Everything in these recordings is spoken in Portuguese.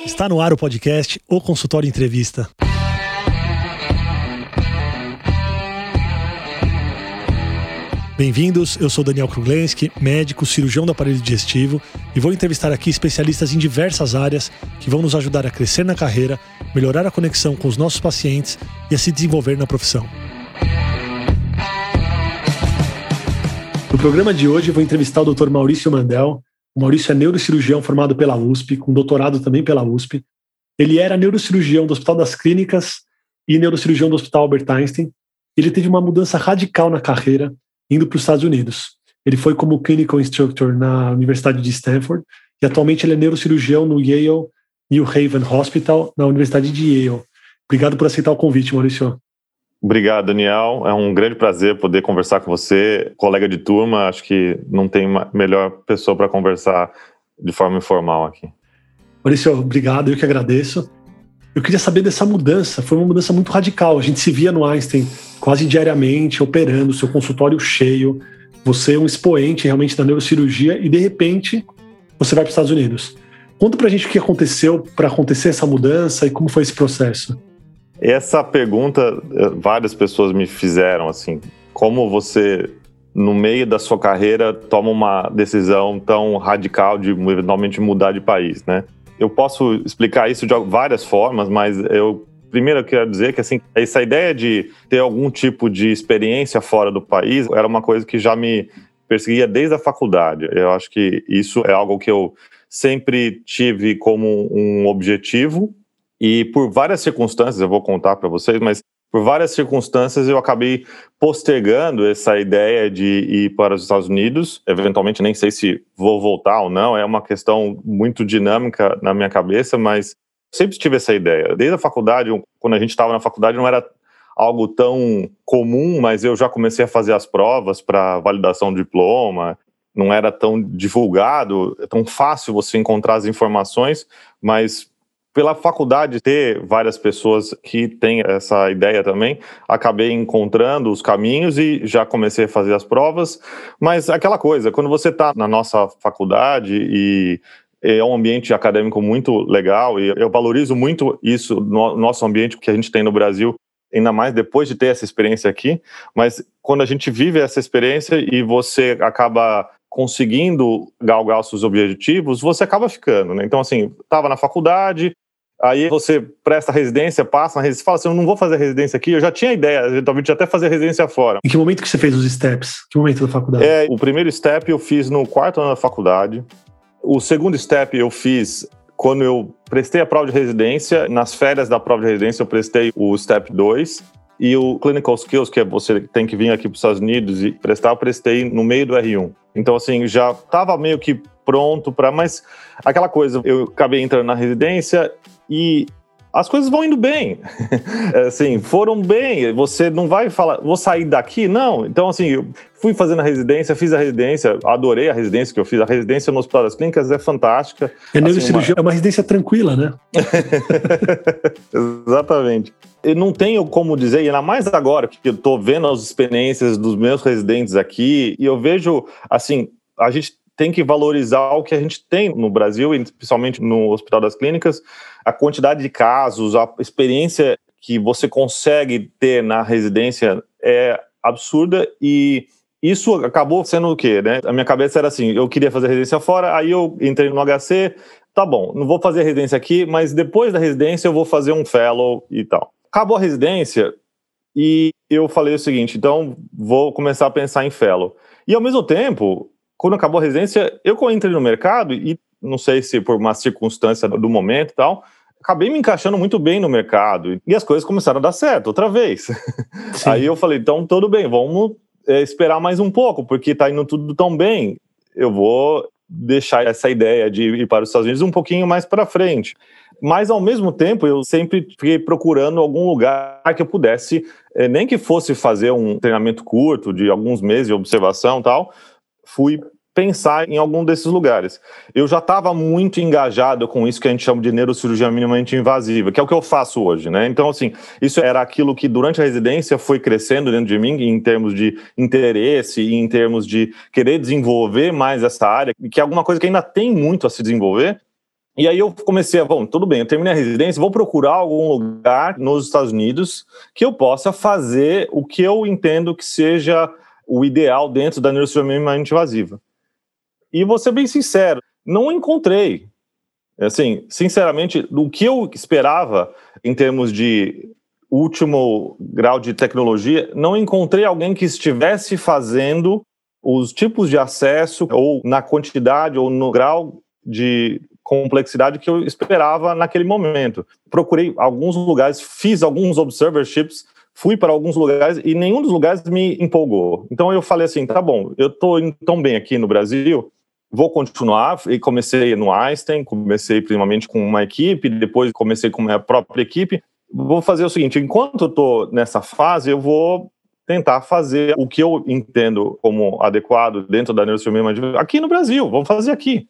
Está no ar o podcast O Consultório Entrevista. Bem-vindos, eu sou Daniel Kruglenski, médico, cirurgião do aparelho digestivo e vou entrevistar aqui especialistas em diversas áreas que vão nos ajudar a crescer na carreira, melhorar a conexão com os nossos pacientes e a se desenvolver na profissão. No programa de hoje eu vou entrevistar o Dr. Maurício Mandel. O Maurício é neurocirurgião formado pela USP, com doutorado também pela USP. Ele era neurocirurgião do Hospital das Clínicas e neurocirurgião do Hospital Albert Einstein. Ele teve uma mudança radical na carreira, indo para os Estados Unidos. Ele foi como Clinical Instructor na Universidade de Stanford e atualmente ele é neurocirurgião no Yale New Haven Hospital, na Universidade de Yale. Obrigado por aceitar o convite, Maurício. Obrigado, Daniel. É um grande prazer poder conversar com você, colega de turma. Acho que não tem uma melhor pessoa para conversar de forma informal aqui. Maurício, obrigado, eu que agradeço. Eu queria saber dessa mudança, foi uma mudança muito radical. A gente se via no Einstein quase diariamente, operando, seu consultório cheio. Você é um expoente realmente da neurocirurgia e, de repente, você vai para os Estados Unidos. Conta pra gente o que aconteceu para acontecer essa mudança e como foi esse processo. Essa pergunta, várias pessoas me fizeram, assim, como você, no meio da sua carreira, toma uma decisão tão radical de eventualmente mudar de país, né? Eu posso explicar isso de várias formas, mas primeiro eu quero dizer que assim, essa ideia de ter algum tipo de experiência fora do país era uma coisa que já me perseguia desde a faculdade. Eu acho que isso é algo que eu sempre tive como um objetivo e por várias circunstâncias, eu vou contar para vocês, mas por várias circunstâncias eu acabei postergando essa ideia de ir para os Estados Unidos. Eventualmente nem sei se vou voltar ou não, é uma questão muito dinâmica na minha cabeça, mas sempre tive essa ideia. Desde a faculdade, quando a gente estava na faculdade, não era algo tão comum, mas eu já comecei a fazer as provas para validação do diploma. Não era tão divulgado, é tão fácil você encontrar as informações, mas pela faculdade ter várias pessoas que têm essa ideia também, acabei encontrando os caminhos e já comecei a fazer as provas. Mas aquela coisa, quando você está na nossa faculdade e é um ambiente acadêmico muito legal e eu valorizo muito isso no nosso ambiente que a gente tem no Brasil, ainda mais depois de ter essa experiência aqui, mas quando a gente vive essa experiência e você acaba conseguindo galgar os seus objetivos, você acaba ficando, né? Então, assim, estava na faculdade, aí você presta residência, passa na residência, fala assim, eu não vou fazer residência aqui, eu já tinha ideia, eventualmente até fazer residência fora. Em que momento que você fez os steps? Que momento da faculdade? O primeiro step eu fiz no 4º ano da faculdade. O segundo step eu fiz quando eu prestei a prova de residência. Nas férias da prova de residência eu prestei o step 2. E o Clinical Skills, que você tem que vir aqui para os Estados Unidos e prestar, eu prestei no meio do R1. Então, assim, já estava meio que pronto para... Mas aquela coisa, eu acabei entrando na residência e as coisas vão indo bem. Assim, foram bem. Você não vai falar, vou sair daqui? Não. Então, assim, eu fui fazendo a residência, fiz a residência, adorei a residência que eu fiz. A residência no Hospital das Clínicas é fantástica. É neurocirurgia, é uma residência tranquila, né? Exatamente. Eu não tenho como dizer, e ainda mais agora que eu estou vendo as experiências dos meus residentes aqui, e eu vejo, assim, a gente tem que valorizar o que a gente tem no Brasil, principalmente no Hospital das Clínicas, a quantidade de casos, a experiência que você consegue ter na residência é absurda e isso acabou sendo o quê, né? A minha cabeça era assim, eu queria fazer residência fora, aí eu entrei no HC, tá bom, não vou fazer residência aqui, mas depois da residência eu vou fazer um fellow e tal. Acabou a residência e eu falei o seguinte, então vou começar a pensar em fellow. E ao mesmo tempo, quando acabou a residência, eu entrei no mercado e não sei se por uma circunstância do momento e tal, acabei me encaixando muito bem no mercado e as coisas começaram a dar certo outra vez. Aí eu falei, então tudo bem, vamos esperar mais um pouco, porque tá indo tudo tão bem, eu vou deixar essa ideia de ir para os Estados Unidos um pouquinho mais para frente. Mas, ao mesmo tempo, eu sempre fiquei procurando algum lugar que eu pudesse, nem que fosse fazer um treinamento curto, de alguns meses de observação e tal, fui pensar em algum desses lugares. Eu já estava muito engajado com isso que a gente chama de neurocirurgia minimamente invasiva, que é o que eu faço hoje, né? Então, assim, isso era aquilo que durante a residência foi crescendo dentro de mim, em termos de interesse e em termos de querer desenvolver mais essa área, que é alguma coisa que ainda tem muito a se desenvolver. E aí eu comecei bom, tudo bem, eu terminei a residência, vou procurar algum lugar nos Estados Unidos que eu possa fazer o que eu entendo que seja o ideal dentro da neurocirurgia minimamente invasiva. E vou ser bem sincero, não encontrei. Assim, sinceramente, o que eu esperava em termos de último grau de tecnologia, não encontrei alguém que estivesse fazendo os tipos de acesso, ou na quantidade, ou no grau de complexidade que eu esperava naquele momento. Procurei alguns lugares, fiz alguns observerships, fui para alguns lugares e nenhum dos lugares me empolgou. Então eu falei assim, tá bom, eu estou indo tão bem aqui no Brasil, vou continuar. E comecei no Einstein, comecei primeiramente com uma equipe, depois comecei com a minha própria equipe. Vou fazer o seguinte, enquanto eu estou nessa fase, eu vou tentar fazer o que eu entendo como adequado dentro da neurocirurgia aqui no Brasil, vamos fazer aqui.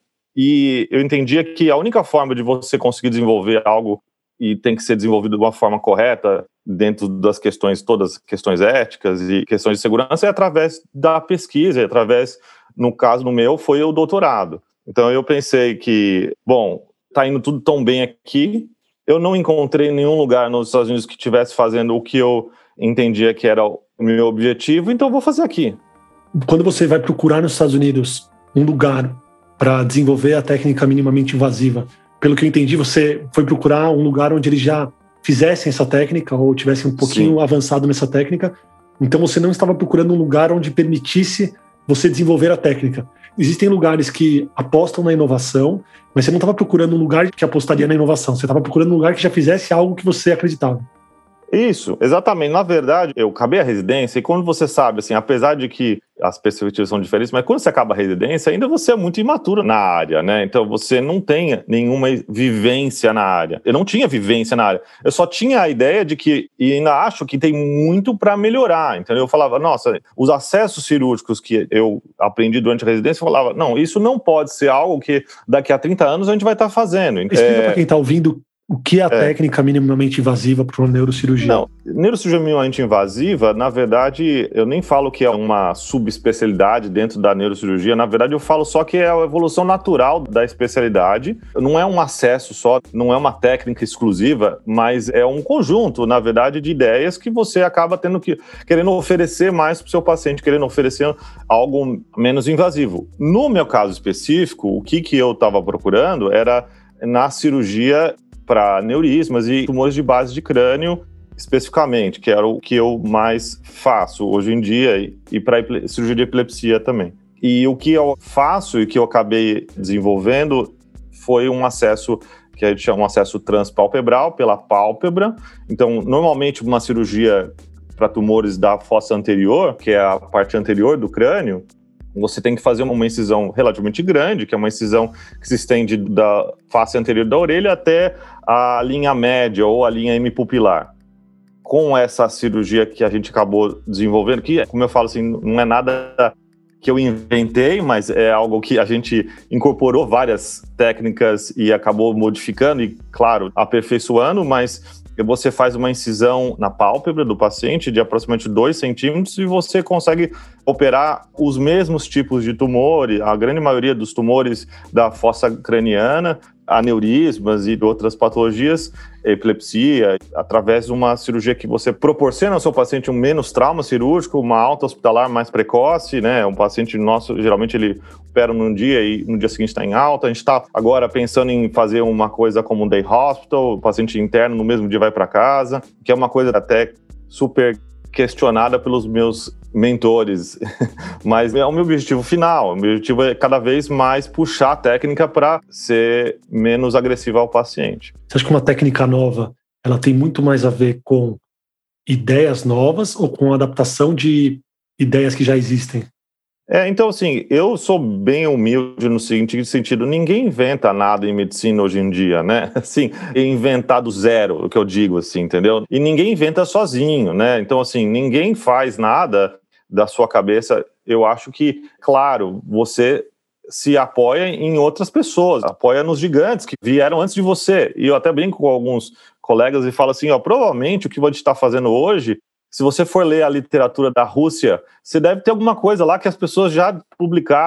E eu entendia que a única forma de você conseguir desenvolver algo, e tem que ser desenvolvido de uma forma correta, dentro das questões, todas questões éticas e questões de segurança, é através da pesquisa, é através, no caso no meu, foi o doutorado. Então eu pensei que, bom, está indo tudo tão bem aqui, eu não encontrei nenhum lugar nos Estados Unidos que estivesse fazendo o que eu entendia que era o meu objetivo, então eu vou fazer aqui. Quando você vai procurar nos Estados Unidos um lugar para desenvolver a técnica minimamente invasiva, pelo que eu entendi, você foi procurar um lugar onde eles já fizessem essa técnica ou tivessem um pouquinho avançado nessa técnica, então você não estava procurando um lugar onde permitisse você desenvolver a técnica. Existem lugares que apostam na inovação, mas você não estava procurando um lugar que apostaria na inovação, você estava procurando um lugar que já fizesse algo que você acreditava. Isso, exatamente. Na verdade, eu acabei a residência e quando você sabe, assim, apesar de que as perspectivas são diferentes, mas quando você acaba a residência, ainda você é muito imaturo na área, né? Então você não tem nenhuma vivência na área. Eu não tinha vivência na área. Eu só tinha a ideia de que, e ainda acho que tem muito para melhorar. Então eu falava, nossa, os acessos cirúrgicos que eu aprendi durante a residência, eu falava, não, isso não pode ser algo que daqui a 30 anos a gente vai estar fazendo. Explica para quem está ouvindo o que é a técnica minimamente invasiva para uma neurocirurgia? Não, neurocirurgia minimamente invasiva, na verdade, eu nem falo que é uma subespecialidade dentro da neurocirurgia, na verdade eu falo só que é a evolução natural da especialidade, não é um acesso só, não é uma técnica exclusiva, mas é um conjunto, na verdade, de ideias que você acaba tendo que, querendo oferecer mais para o seu paciente, querendo oferecer algo menos invasivo. No meu caso específico, o que eu estava procurando era na cirurgia para neurismas e tumores de base de crânio, especificamente, que era o que eu mais faço hoje em dia, e para cirurgia de epilepsia também. E o que eu faço e que eu acabei desenvolvendo foi um acesso que a gente chama um acesso transpalpebral pela pálpebra. Então, normalmente, uma cirurgia para tumores da fossa anterior, que é a parte anterior do crânio, você tem que fazer uma incisão relativamente grande, que é uma incisão que se estende da face anterior da orelha até a linha média ou a linha hemipupilar. Com essa cirurgia que a gente acabou desenvolvendo, que, como eu falo assim, não é nada que eu inventei, mas é algo que a gente incorporou várias técnicas e acabou modificando e, claro, aperfeiçoando, mas você faz uma incisão na pálpebra do paciente de aproximadamente 2 centímetros e você consegue operar os mesmos tipos de tumores, a grande maioria dos tumores da fossa craniana, aneurismas e outras patologias, epilepsia, através de uma cirurgia que você proporciona ao seu paciente um menos trauma cirúrgico, uma alta hospitalar mais precoce, né? Um paciente nosso, geralmente ele opera num dia e no dia seguinte está em alta. A gente está agora pensando em fazer uma coisa como um day hospital, o paciente interno no mesmo dia vai para casa, que é uma coisa até super questionada pelos meus mentores, mas é o meu objetivo final. O meu objetivo é cada vez mais puxar a técnica para ser menos agressiva ao paciente. Você acha que uma técnica nova, ela tem muito mais a ver com ideias novas ou com adaptação de ideias que já existem? Então, assim, eu sou bem humilde no seguinte sentido, ninguém inventa nada em medicina hoje em dia, né? Assim, inventar do zero, o que eu digo, assim, entendeu? E ninguém inventa sozinho, né? Então, assim, ninguém faz nada da sua cabeça. Eu acho que, claro, você se apoia em outras pessoas, apoia nos gigantes que vieram antes de você. E eu até brinco com alguns colegas e falo assim, provavelmente o que a gente está fazendo hoje, se você for ler a literatura da Rússia, você deve ter alguma coisa lá que as pessoas já publicaram.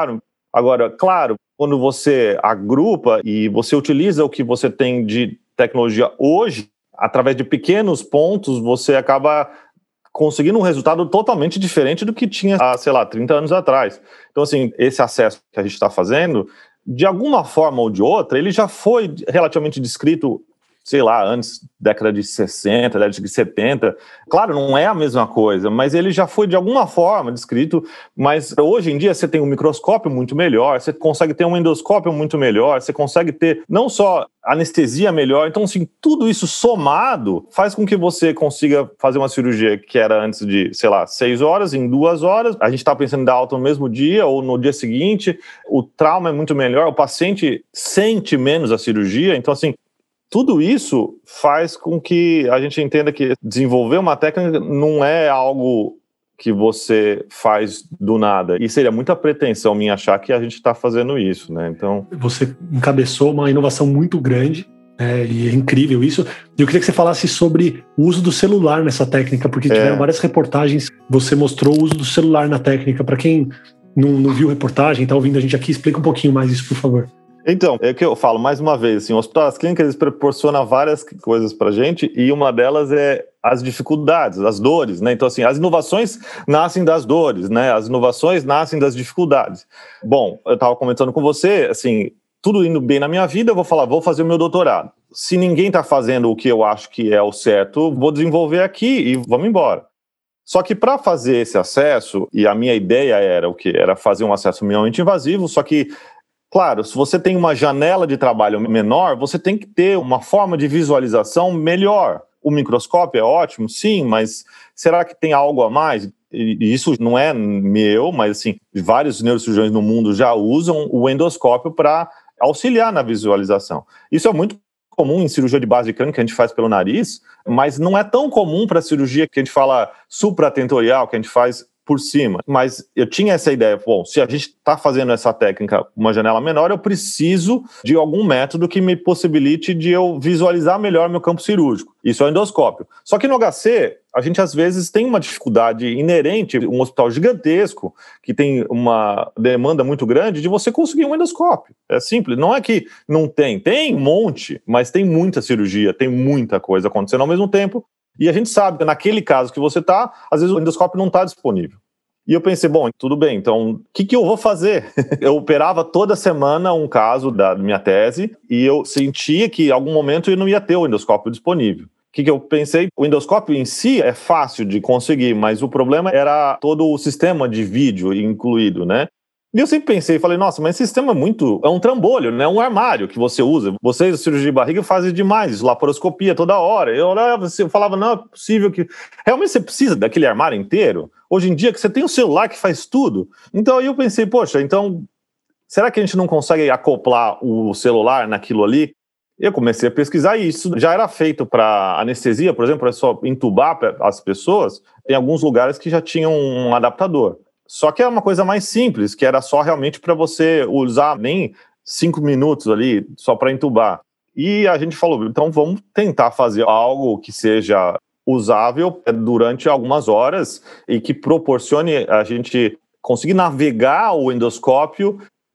Agora, claro, quando você agrupa e você utiliza o que você tem de tecnologia hoje, através de pequenos pontos, você acaba conseguindo um resultado totalmente diferente do que tinha há, sei lá, 30 anos atrás. Então, assim, esse acesso que a gente está fazendo, de alguma forma ou de outra, ele já foi relativamente descrito, sei lá, antes, década de 60, década de 70. Claro, não é a mesma coisa, mas ele já foi de alguma forma descrito. Mas hoje em dia você tem um microscópio muito melhor, você consegue ter um endoscópio muito melhor, você consegue ter não só anestesia melhor. Então, assim, tudo isso somado faz com que você consiga fazer uma cirurgia que era antes de, sei lá, 6 horas, em 2 horas. A gente está pensando em dar alta no mesmo dia ou no dia seguinte. O trauma é muito melhor, o paciente sente menos a cirurgia. Então, assim, tudo isso faz com que a gente entenda que desenvolver uma técnica não é algo que você faz do nada. E seria muita pretensão minha achar que a gente está fazendo isso, né? Então, você encabeçou uma inovação muito grande, e é incrível isso. E eu queria que você falasse sobre o uso do celular nessa técnica, porque tiveram várias reportagens. Você mostrou o uso do celular na técnica. Para quem não viu reportagem, está ouvindo a gente aqui, explica um pouquinho mais isso, por favor. Então, é que eu falo mais uma vez, assim, o Hospital das Clínicas eles proporcionam várias coisas pra gente e uma delas é as dificuldades, as dores, né? Então, assim, as inovações nascem das dores, né? As inovações nascem das dificuldades. Bom, eu estava comentando com você, assim, tudo indo bem na minha vida, eu vou falar, vou fazer o meu doutorado. Se ninguém está fazendo o que eu acho que é o certo, vou desenvolver aqui e vamos embora. Só que para fazer esse acesso, e a minha ideia era o quê? Era fazer um acesso minimamente invasivo, só que claro, se você tem uma janela de trabalho menor, você tem que ter uma forma de visualização melhor. O microscópio é ótimo, sim, mas será que tem algo a mais? E isso não é meu, mas assim, vários neurocirurgiões no mundo já usam o endoscópio para auxiliar na visualização. Isso é muito comum em cirurgia de base de crânio, que a gente faz pelo nariz, mas não é tão comum para a cirurgia que a gente fala supratentorial, que a gente faz por cima. Mas eu tinha essa ideia, bom, se a gente está fazendo essa técnica, uma janela menor, eu preciso de algum método que me possibilite de eu visualizar melhor meu campo cirúrgico. Isso é o endoscópio. Só que no HC, a gente às vezes tem uma dificuldade inerente, um hospital gigantesco, que tem uma demanda muito grande, de você conseguir um endoscópio. É simples, não é que não tem um monte, mas tem muita cirurgia, tem muita coisa acontecendo ao mesmo tempo. E a gente sabe que naquele caso que você está, às vezes o endoscópio não está disponível. E eu pensei, bom, tudo bem, então o que eu vou fazer? Eu operava toda semana um caso da minha tese e eu sentia que em algum momento eu não ia ter o endoscópio disponível. O que eu pensei? O endoscópio em si é fácil de conseguir, mas o problema era todo o sistema de vídeo incluído, né? E eu sempre pensei, falei, nossa, mas esse sistema é um trambolho, né? Um armário que você usa. Vocês, cirurgia de barriga, fazem demais, laparoscopia toda hora. Eu falava, não é possível que... Realmente você precisa daquele armário inteiro? Hoje em dia que você tem um celular que faz tudo. Então aí eu pensei, poxa, então será que a gente não consegue acoplar o celular naquilo ali? Eu comecei a pesquisar e isso já era feito para anestesia, por exemplo, é só entubar as pessoas. Tem alguns lugares que já tinham um adaptador. Só que é uma coisa mais simples, que era só realmente para você usar nem 5 minutos ali, só para entubar. E a gente falou, então vamos tentar fazer algo que seja usável durante algumas horas e que proporcione a gente conseguir navegar o endoscópio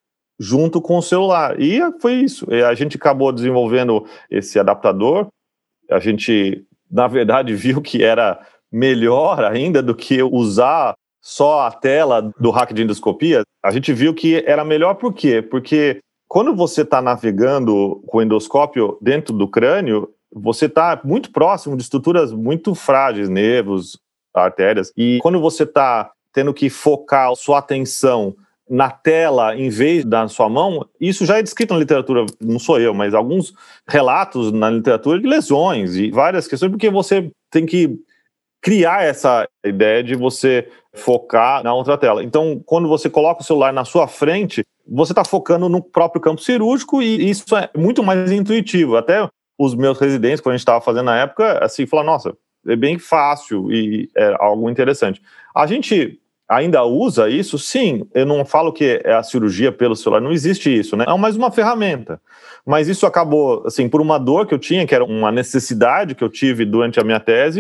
junto com o celular. E foi isso. A gente acabou desenvolvendo esse adaptador. A gente, na verdade, viu que era melhor ainda do que usar só a tela do hack de endoscopia. A gente viu que era melhor por quê? Porque quando você está navegando com o endoscópio dentro do crânio, você está muito próximo de estruturas muito frágeis, nervos, artérias. E quando você está tendo que focar sua atenção na tela em vez da sua mão, isso já é descrito na literatura, não sou eu, mas alguns relatos na literatura de lesões e várias questões, porque você tem que criar essa ideia de você focar na outra tela. Então, quando você coloca o celular na sua frente, você está focando no próprio campo cirúrgico e isso é muito mais intuitivo. Até os meus residentes, quando a gente estava fazendo na época, assim, falaram, nossa, é bem fácil e é algo interessante. A gente ainda usa isso? Sim, eu não falo que é a cirurgia pelo celular, não existe isso, né? É mais uma ferramenta. Mas isso acabou, assim, por uma dor que eu tinha, que era uma necessidade que eu tive durante a minha tese,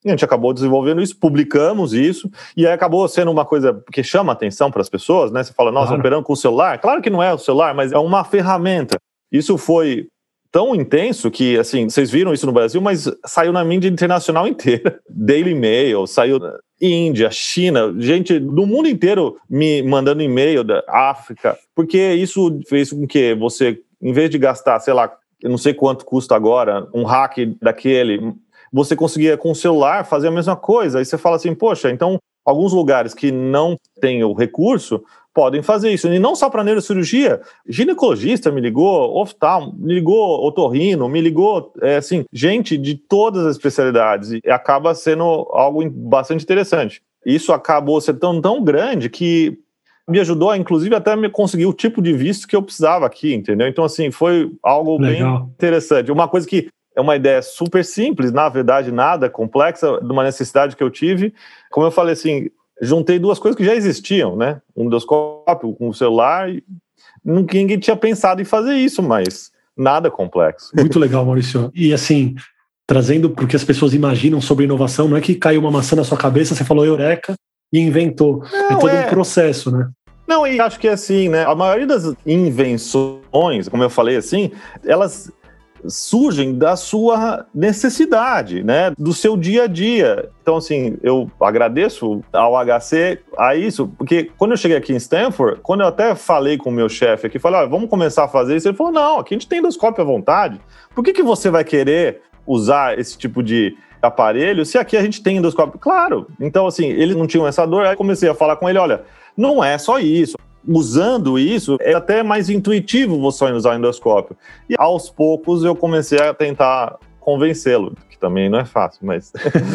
E a gente acabou desenvolvendo isso, publicamos isso, e aí acabou sendo uma coisa que chama atenção para as pessoas, né? Você fala, nossa, operando com o celular? Claro que não é o celular, mas é uma ferramenta. Isso foi tão intenso que, assim, vocês viram isso no Brasil, mas saiu na mídia internacional inteira. Daily Mail, saiu na Índia, China, gente do mundo inteiro me mandando e-mail da África, porque isso fez com que você, em vez de gastar, sei lá, eu não sei quanto custa agora, um hack daquele, você conseguia com o celular fazer a mesma coisa. Aí você fala assim, poxa, então alguns lugares que não têm o recurso podem fazer isso. E não só para neurocirurgia, ginecologista me ligou, oftalmo, me ligou otorrino, me ligou, assim, gente de todas as especialidades. E acaba sendo algo bastante interessante. Isso acabou sendo tão grande que me ajudou, inclusive, até me conseguir o tipo de visto que eu precisava aqui, entendeu? Então, assim, foi algo Legal. bem interessante. Uma coisa que é uma ideia super simples, na verdade, nada complexa, de uma necessidade que eu tive. Como eu falei, assim, juntei duas coisas que já existiam, né? Um endoscópio com o celular, e ninguém tinha pensado em fazer isso, mas nada complexo. Muito legal, Maurício. E assim, trazendo para o que as pessoas imaginam sobre inovação, não é que caiu uma maçã na sua cabeça, você falou eureka e inventou. Não, é todo um processo, né? Não, e acho que é assim, né? A maioria das invenções, como eu falei assim, elas surgem da sua necessidade, né? Do seu dia a dia. Então, assim, eu agradeço ao HC a isso, porque quando eu cheguei aqui em Stanford, quando eu até falei com o meu chefe aqui, falei, vamos começar a fazer isso, ele falou, não, aqui a gente tem endoscópio à vontade. Por que você vai querer usar esse tipo de aparelho se aqui a gente tem endoscópio? Claro. Então, assim, eles não tinham essa dor, aí comecei a falar com ele, olha, não é só isso. Usando isso, é até mais intuitivo você usar o endoscópio. E aos poucos eu comecei a tentar convencê-lo, que também não é fácil, mas...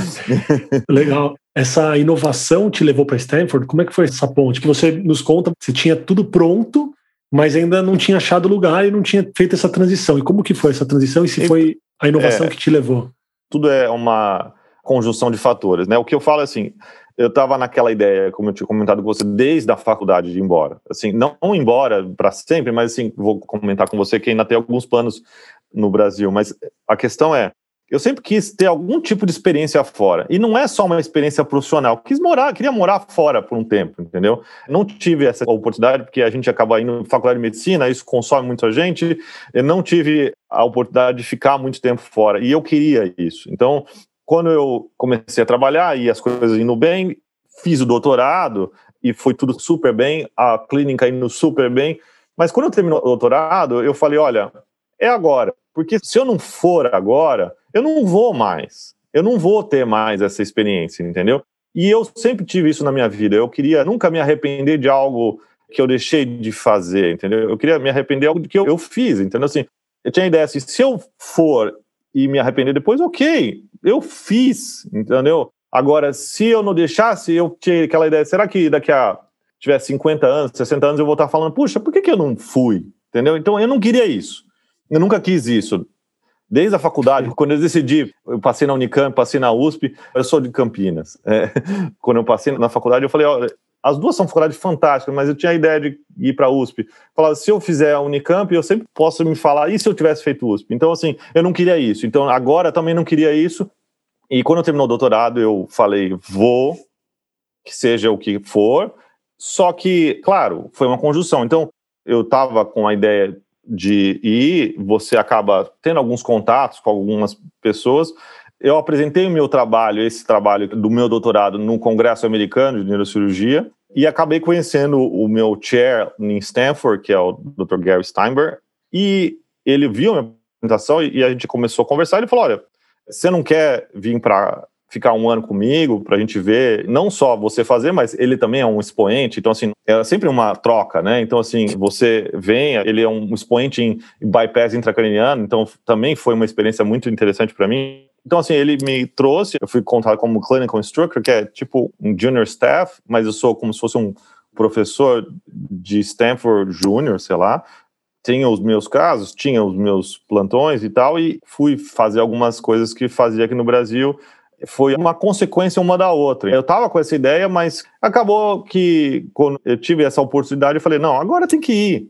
Legal. Essa inovação te levou para Stanford? Como é que foi essa ponte? Que você nos conta, você tinha tudo pronto, mas ainda não tinha achado lugar e não tinha feito essa transição. E como que foi essa transição e se foi a inovação que te levou? Tudo é uma conjunção de fatores, né? O que eu falo é assim... Eu estava naquela ideia, como eu tinha comentado com você, desde a faculdade de ir embora. Assim, não ir embora para sempre, mas assim, vou comentar com você que ainda tem alguns planos no Brasil. Mas a questão é, eu sempre quis ter algum tipo de experiência fora. E não é só uma experiência profissional. Queria morar fora por um tempo, entendeu? Não tive essa oportunidade, porque a gente acaba indo na faculdade de medicina, isso consome muita gente. Eu não tive a oportunidade de ficar muito tempo fora. E eu queria isso. Então... Quando eu comecei a trabalhar e as coisas indo bem, fiz o doutorado e foi tudo super bem, a clínica indo super bem. Mas quando eu terminou o doutorado, eu falei, olha, é agora. Porque se eu não for agora, eu não vou mais. Eu não vou ter mais essa experiência, entendeu? E eu sempre tive isso na minha vida. Eu queria nunca me arrepender de algo que eu deixei de fazer, entendeu? Eu queria me arrepender de algo que eu fiz, entendeu? Assim, eu tinha a ideia assim, se eu for e me arrepender depois, ok, eu fiz, entendeu? Agora, se eu não deixasse, eu tinha aquela ideia, será que daqui a tiver 50 anos, 60 anos, eu vou estar falando, puxa, por que eu não fui? Entendeu? Então, eu não queria isso. Eu nunca quis isso. Desde a faculdade, quando eu decidi, eu passei na Unicamp, passei na USP, eu sou de Campinas. Quando eu passei na faculdade, eu falei, olha, as duas são faculdades fantásticas, mas eu tinha a ideia de ir para a USP. Falava, se eu fizer a Unicamp, eu sempre posso me falar, e se eu tivesse feito USP? Então, assim, eu não queria isso. Então, agora também não queria isso. E quando eu terminou o doutorado, eu falei, vou, que seja o que for. Só que, claro, foi uma conjunção. Então, eu estava com a ideia de ir, você acaba tendo alguns contatos com algumas pessoas. Eu apresentei o meu trabalho, esse trabalho do meu doutorado, no Congresso Americano de Neurocirurgia e acabei conhecendo o meu chair em Stanford, que é o Dr. Gary Steinberg, e ele viu a minha apresentação e a gente começou a conversar. Ele falou, olha, você não quer vir para ficar um ano comigo, para a gente ver, não só você fazer, mas ele também é um expoente, então assim, é sempre uma troca, né? Então assim, você vem, ele é um expoente em bypass intracraniano, então também foi uma experiência muito interessante para mim. Então, assim, ele me trouxe, eu fui contratado como clinical instructor, que é tipo um junior staff, mas eu sou como se fosse um professor de Stanford Junior, sei lá. Tinha os meus casos, tinha os meus plantões e tal, e fui fazer algumas coisas que fazia aqui no Brasil. Foi uma consequência uma da outra. Eu estava com essa ideia, mas acabou que quando eu tive essa oportunidade, eu falei, não, agora tem que ir.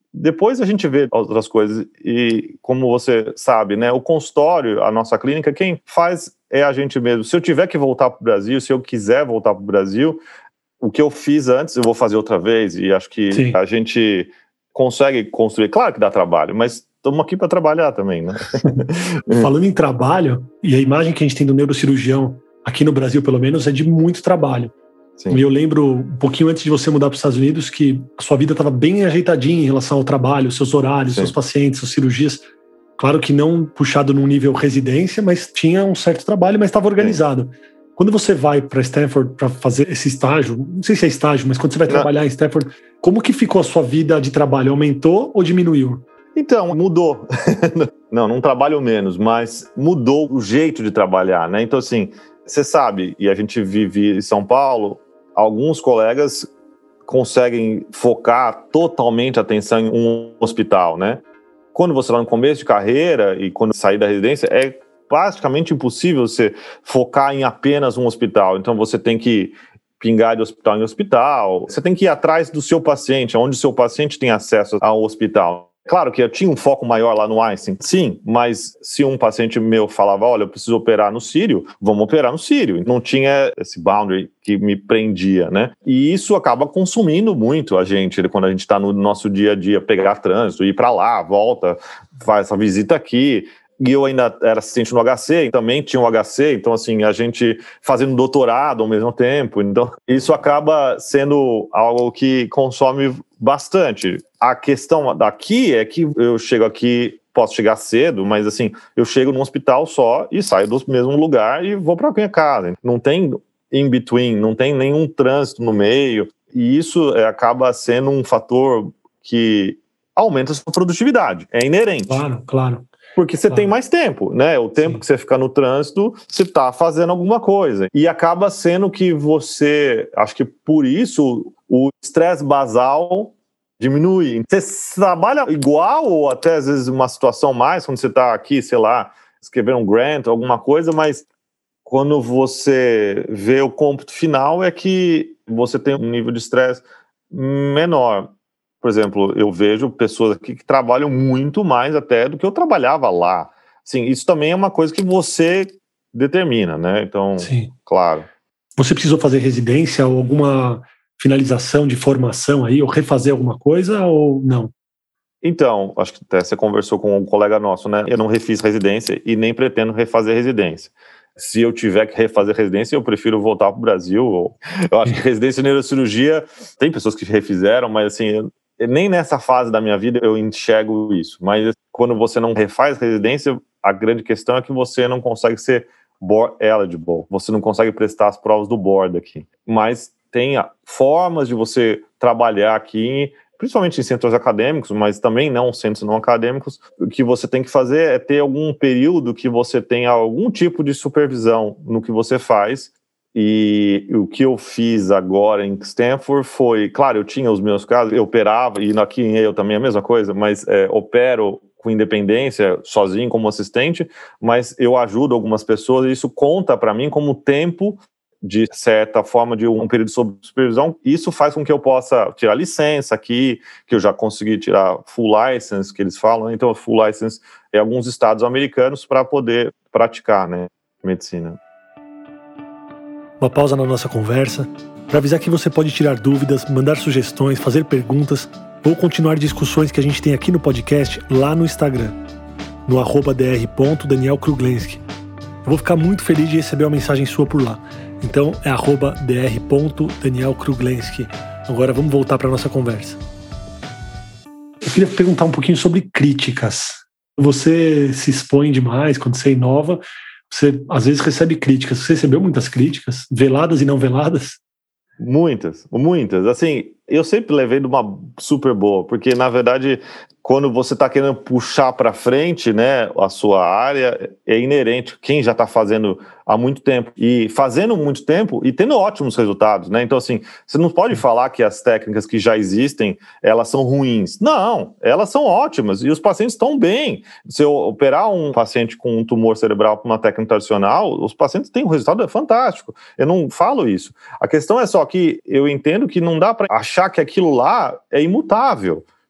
depois a gente vê outras coisas. E como você sabe, né, o consultório, a nossa clínica, quem faz é a gente mesmo. Se eu tiver que voltar para o Brasil, se eu quiser voltar para o Brasil, o que eu fiz antes, eu vou fazer outra vez. E acho que Sim. A gente consegue construir. Claro que dá trabalho, mas estamos aqui para trabalhar também, né? Falando em trabalho, e a imagem que a gente tem do neurocirurgião, aqui no Brasil pelo menos, é de muito trabalho. Sim. E eu lembro, um pouquinho antes de você mudar para os Estados Unidos, que a sua vida estava bem ajeitadinha em relação ao trabalho, seus horários, Sim. seus pacientes, suas cirurgias. Claro que não puxado num nível residência, mas tinha um certo trabalho, mas estava organizado. Sim. Quando você vai para Stanford para fazer esse estágio, não sei se é estágio, mas quando você vai trabalhar em Stanford, como que ficou a sua vida de trabalho? Aumentou ou diminuiu? Então, mudou. Não trabalho menos, mas mudou o jeito de trabalhar, né? Então, assim, você sabe, e a gente vive em São Paulo, alguns colegas conseguem focar totalmente a atenção em um hospital, né? Quando você está no começo de carreira e quando sair da residência, é praticamente impossível você focar em apenas um hospital. Então, você tem que pingar de hospital em hospital, você tem que ir atrás do seu paciente, onde o seu paciente tem acesso ao hospital. Claro que eu tinha um foco maior lá no Einstein, sim, mas se um paciente meu falava, olha, eu preciso operar no Sírio, vamos operar no Sírio. Não tinha esse boundary que me prendia, né? E isso acaba consumindo muito a gente, quando a gente está no nosso dia a dia, pegar trânsito, ir para lá, volta, faz essa visita aqui. E eu ainda era assistente no HC, também tinha um HC, então assim, a gente fazendo doutorado ao mesmo tempo, então isso acaba sendo algo que consome bastante. A questão daqui é que eu chego aqui, posso chegar cedo, mas assim, eu chego num hospital só e saio do mesmo lugar e vou para minha casa. Não tem in between, não tem nenhum trânsito no meio, e isso acaba sendo um fator que aumenta a sua produtividade, é inerente. Claro. Porque você tem mais tempo, né? O tempo Sim. que você fica no trânsito, você está fazendo alguma coisa. E acaba sendo que você, acho que por isso, o estresse basal diminui. Você trabalha igual ou até às vezes uma situação mais, quando você está aqui, sei lá, escrevendo um grant, alguma coisa, mas quando você vê o cômputo final é que você tem um nível de estresse menor. Por exemplo, eu vejo pessoas aqui que trabalham muito mais até do que eu trabalhava lá. Assim, isso também é uma coisa que você determina, né? Então, Sim. claro. Você precisou fazer residência ou alguma finalização de formação aí, ou refazer alguma coisa ou não? Então, acho que até você conversou com um colega nosso, né? Eu não refiz residência e nem pretendo refazer residência. Se eu tiver que refazer residência, eu prefiro voltar para o Brasil. Eu acho que residência em neurocirurgia, tem pessoas que refizeram, mas assim, nem nessa fase da minha vida eu enxergo isso. Mas quando você não refaz residência, a grande questão é que você não consegue ser board eligible. Você não consegue prestar as provas do board aqui. Mas tem formas de você trabalhar aqui, principalmente em centros acadêmicos, mas também não centros não acadêmicos. O que você tem que fazer é ter algum período que você tenha algum tipo de supervisão no que você faz. E o que eu fiz agora em Stanford foi, claro, eu tinha os meus casos, eu operava, e aqui em Yale também é a mesma coisa, mas opero com independência, sozinho como assistente, mas eu ajudo algumas pessoas e isso conta para mim como tempo de certa forma de um período de supervisão. Isso faz com que eu possa tirar licença aqui, que eu já consegui tirar full license, que eles falam, então full license em alguns estados americanos para poder praticar, né, medicina. Uma pausa na nossa conversa para avisar que você pode tirar dúvidas, mandar sugestões, fazer perguntas ou continuar discussões que a gente tem aqui no podcast lá no Instagram, no @dr.danielkruglenski. Eu vou ficar muito feliz de receber uma mensagem sua por lá. Então é @dr.danielkruglenski. Agora vamos voltar para a nossa conversa. Eu queria perguntar um pouquinho sobre críticas. Você se expõe demais quando você inova. Você, às vezes, recebe críticas. Você recebeu muitas críticas, veladas e não veladas? Muitas. Assim, eu sempre levei de uma super boa, porque, na verdade, quando você está querendo puxar para frente, né, a sua área, é inerente. Quem já está fazendo há muito tempo, e fazendo muito tempo, e tendo ótimos resultados, né? Então, assim, você não pode falar que as técnicas que já existem, elas são ruins. Não, elas são ótimas, e os pacientes estão bem. Se eu operar um paciente com um tumor cerebral com uma técnica tradicional, os pacientes têm um resultado fantástico. Eu não falo isso. A questão é só que eu entendo que não dá para achar que aquilo lá é imutável,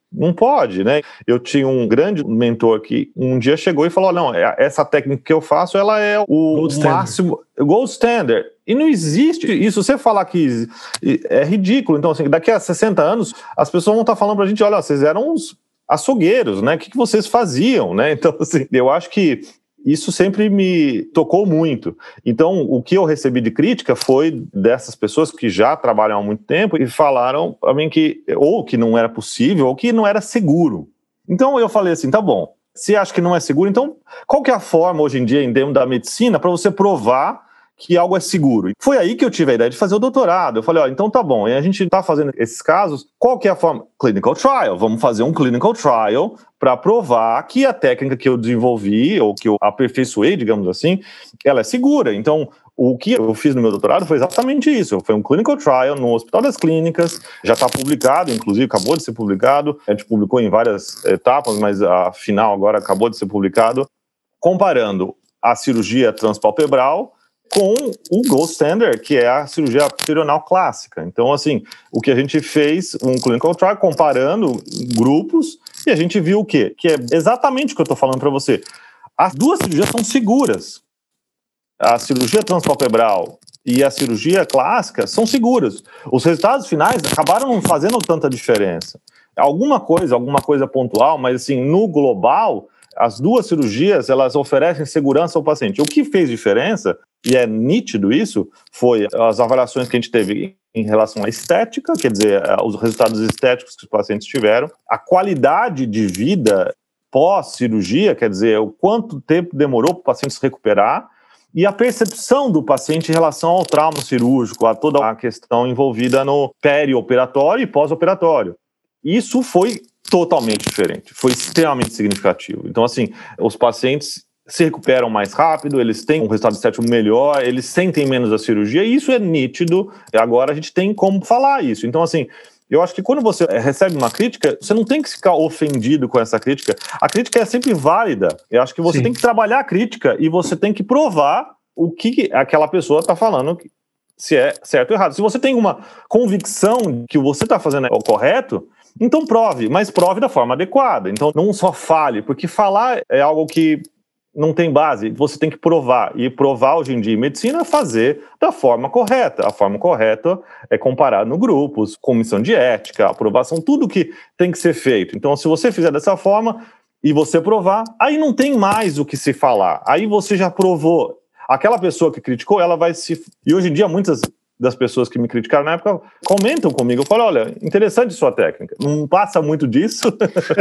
Não pode, né? Eu tinha um grande mentor que um dia chegou e falou, não, essa técnica que eu faço, ela é o máximo, gold standard. E não existe isso. Você falar que é ridículo. Então, assim, daqui a 60 anos, as pessoas vão estar falando pra gente, olha, vocês eram uns açougueiros, né? O que vocês faziam, né? Então, assim, eu acho que isso sempre me tocou muito. Então, o que eu recebi de crítica foi dessas pessoas que já trabalham há muito tempo e falaram para mim que ou que não era possível ou que não era seguro. Então, eu falei assim, tá bom, se acha que não é seguro, então qual que é a forma hoje em dia, em termos da medicina, para você provar que algo é seguro? Foi aí que eu tive a ideia de fazer o doutorado. Eu falei, ó, então tá bom, e a gente está fazendo esses casos, qual que é a forma? Clinical trial, vamos fazer um clinical trial para provar que a técnica que eu desenvolvi, ou que eu aperfeiçoei, digamos assim, ela é segura. Então, o que eu fiz no meu doutorado foi exatamente isso. Foi um clinical trial no Hospital das Clínicas, já está publicado, inclusive acabou de ser publicado, a gente publicou em várias etapas, mas a final agora acabou de ser publicado, comparando a cirurgia transpalpebral com o gold standard, que é a cirurgia arterial clássica. Então, assim, o que a gente fez, um clinical trial comparando grupos, e a gente viu o quê? Que é exatamente o que eu estou falando para você. As duas cirurgias são seguras. A cirurgia transpalpebral e a cirurgia clássica são seguras. Os resultados finais acabaram não fazendo tanta diferença. Alguma coisa pontual, mas assim, no global, as duas cirurgias, elas oferecem segurança ao paciente. O que fez diferença, e é nítido isso, foi as avaliações que a gente teve em relação à estética, quer dizer, os resultados estéticos que os pacientes tiveram, a qualidade de vida pós-cirurgia, quer dizer, o quanto tempo demorou para o paciente se recuperar, e a percepção do paciente em relação ao trauma cirúrgico, a toda a questão envolvida no perioperatório e pós-operatório. Isso foi totalmente diferente, foi extremamente significativo. Então, assim, os pacientes se recuperam mais rápido, eles têm um resultado estético melhor, eles sentem menos a cirurgia, e isso é nítido, agora a gente tem como falar isso. Então, assim, eu acho que quando você recebe uma crítica, você não tem que ficar ofendido com essa crítica. A crítica é sempre válida. Eu acho que você tem que trabalhar a crítica e você tem que provar o que aquela pessoa está falando, se é certo ou errado. Se você tem uma convicção que o que você está fazendo é o correto, então prove, mas prove da forma adequada. Então não só fale, porque falar é algo que não tem base, você tem que provar. E provar hoje em dia em medicina é fazer da forma correta. A forma correta é comparar no grupos, comissão de ética, aprovação, tudo que tem que ser feito. Então, se você fizer dessa forma e você provar, aí não tem mais o que se falar. Aí você já provou. Aquela pessoa que criticou, ela vai se... E hoje em dia, muitas das pessoas que me criticaram na época comentam comigo. Eu falo, olha, interessante sua técnica. Não passa muito disso.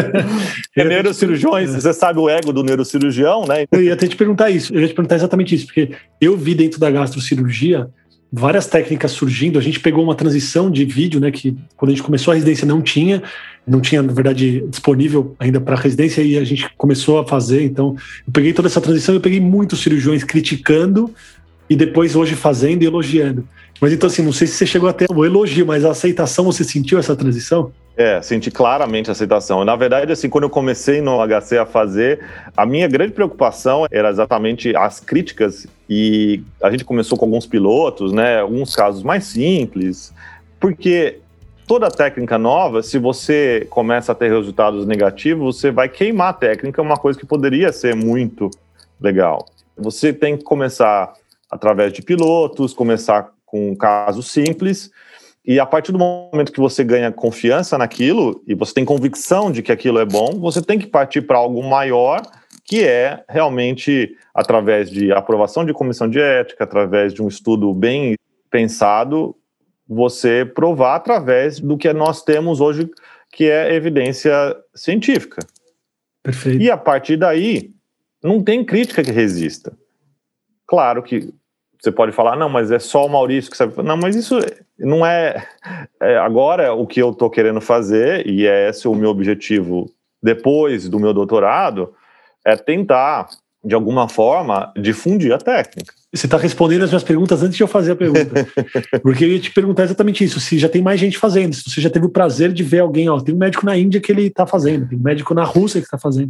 Neurocirurgiões, você sabe o ego do neurocirurgião, né? Eu ia até te perguntar isso. Eu ia te perguntar exatamente isso, porque eu vi dentro da gastrocirurgia várias técnicas surgindo. A gente pegou uma transição de vídeo, né, que quando a gente começou a residência não tinha, na verdade, disponível ainda para residência, e a gente começou a fazer. Então, eu peguei toda essa transição, eu peguei muitos cirurgiões criticando e depois hoje fazendo e elogiando. Mas então, assim, não sei se você chegou a ter o elogio, mas a aceitação, você sentiu essa transição? Senti claramente a aceitação. Na verdade, assim, quando eu comecei no HC a fazer, a minha grande preocupação era exatamente as críticas, e a gente começou com alguns pilotos, né, alguns casos mais simples, porque toda técnica nova, se você começa a ter resultados negativos, você vai queimar a técnica, uma coisa que poderia ser muito legal. Você tem que começar através de pilotos, começar com casos simples, e a partir do momento que você ganha confiança naquilo, e você tem convicção de que aquilo é bom, você tem que partir para algo maior, que é realmente através de aprovação de comissão de ética, através de um estudo bem pensado, você provar através do que nós temos hoje, que é evidência científica. Perfeito. E a partir daí, não tem crítica que resista. Claro que você pode falar, não, mas é só o Maurício que sabe. Não, mas isso não é... Agora, o que eu estou querendo fazer, e é esse o meu objetivo depois do meu doutorado, é tentar, de alguma forma, difundir a técnica. Você está respondendo as minhas perguntas antes de eu fazer a pergunta. Porque eu ia te perguntar exatamente isso, se já tem mais gente fazendo, se você já teve o prazer de ver alguém, ó, tem um médico na Índia que ele está fazendo, tem um médico na Rússia que está fazendo.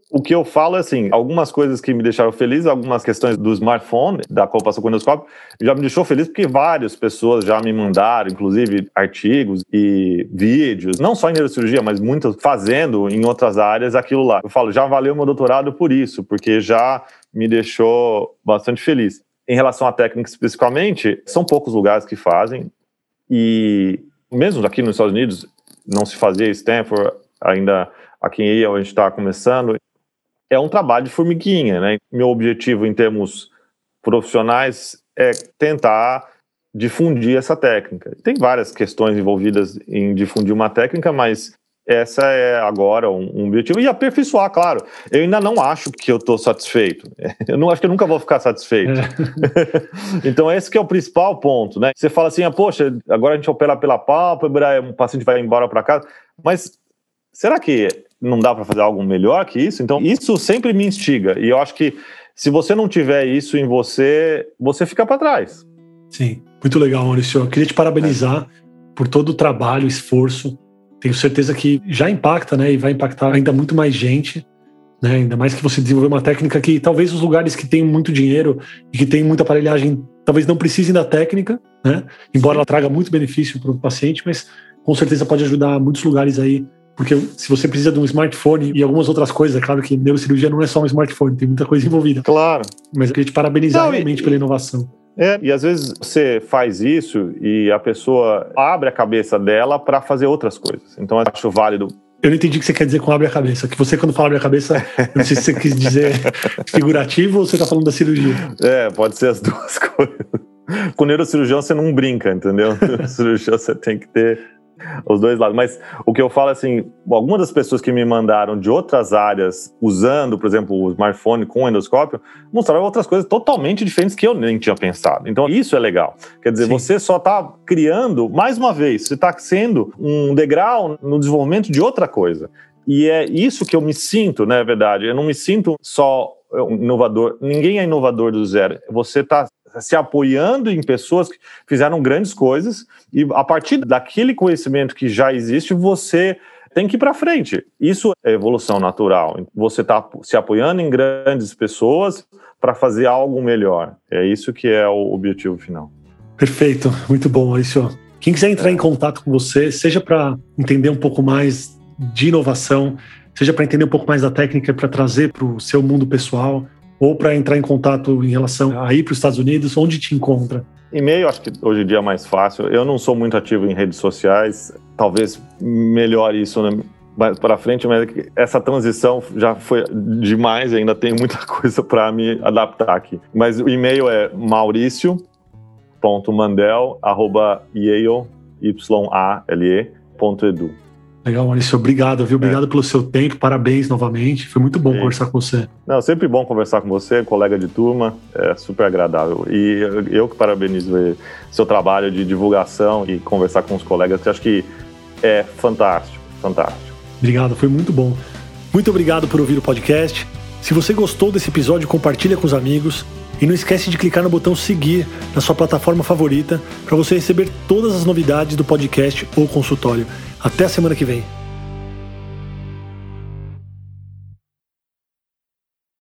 O que eu falo é assim, algumas coisas que me deixaram feliz, algumas questões do smartphone, da comparação com o endoscópio, já me deixou feliz porque várias pessoas já me mandaram, inclusive artigos e vídeos, não só em neurocirurgia, mas muitas fazendo em outras áreas aquilo lá. Eu falo, já valeu meu doutorado por isso, porque já me deixou bastante feliz. Em relação à técnica especificamente, são poucos lugares que fazem, e mesmo aqui nos Estados Unidos, não se fazia Stanford, ainda aqui em Yale a gente está começando. É um trabalho de formiguinha, né? Meu objetivo em termos profissionais é tentar difundir essa técnica. Tem várias questões envolvidas em difundir uma técnica, mas essa é agora um objetivo. E aperfeiçoar, claro. Eu ainda não acho que eu estou satisfeito. Eu não acho que eu nunca vou ficar satisfeito. Então esse que é o principal ponto, né? Você fala assim, poxa, agora a gente opera pela pálpebra, o paciente vai embora para casa, mas será que não dá para fazer algo melhor que isso? Então, isso sempre me instiga. E eu acho que se você não tiver isso em você, você fica para trás. Sim, muito legal, Maurício. Eu queria te parabenizar por todo o trabalho, esforço. Tenho certeza que já impacta, né? E vai impactar ainda muito mais gente, né? Ainda mais que você desenvolveu uma técnica que talvez os lugares que têm muito dinheiro e que têm muita aparelhagem talvez não precisem da técnica, né? Embora ela traga muito benefício para o paciente, mas com certeza pode ajudar muitos lugares aí. Porque se você precisa de um smartphone e algumas outras coisas, é claro que neurocirurgia não é só um smartphone, tem muita coisa envolvida. Claro. Mas eu queria te parabenizar realmente pela inovação. E às vezes você faz isso e a pessoa abre a cabeça dela para fazer outras coisas. Então eu acho válido. Eu não entendi o que você quer dizer com abre a cabeça. Que você, quando fala abre a cabeça, eu não sei se você quis dizer figurativo ou você está falando da cirurgia. Pode ser as duas coisas. Com neurocirurgião você não brinca, entendeu? Neurocirurgião você tem que ter os dois lados. Mas o que eu falo é assim, algumas das pessoas que me mandaram de outras áreas, usando, por exemplo, o smartphone com o endoscópio, mostraram outras coisas totalmente diferentes que eu nem tinha pensado. Então isso é legal. Quer dizer, você só está criando, mais uma vez, você está sendo um degrau no desenvolvimento de outra coisa. E é isso que eu me sinto, né, verdade? Eu não me sinto só inovador. Ninguém é inovador do zero. Você está se apoiando em pessoas que fizeram grandes coisas e a partir daquele conhecimento que já existe, você tem que ir para frente. Isso é evolução natural. Você está se apoiando em grandes pessoas para fazer algo melhor. É isso que é o objetivo final. Perfeito, muito bom, Maurício. Quem quiser entrar em contato com você, seja para entender um pouco mais de inovação, seja para entender um pouco mais da técnica para trazer para o seu mundo pessoal, ou para entrar em contato em relação a ir para os Estados Unidos, onde te encontra? E-mail, acho que hoje em dia é mais fácil. Eu não sou muito ativo em redes sociais, talvez melhore isso mais para frente, mas essa transição já foi demais, ainda tem muita coisa para me adaptar aqui. Mas o e-mail é mauricio.mandel@yale.edu. Legal, Maurício, obrigado, viu? Obrigado pelo seu tempo, parabéns novamente, foi muito bom conversar com você. Não, sempre bom conversar com você, colega de turma, é super agradável. E eu que parabenizo o seu trabalho de divulgação e conversar com os colegas, que acho que é fantástico, fantástico. Obrigado, foi muito bom. Muito obrigado por ouvir o podcast. Se você gostou desse episódio, compartilha com os amigos e não esquece de clicar no botão seguir na sua plataforma favorita para você receber todas as novidades do podcast ou consultório. Até a semana que vem.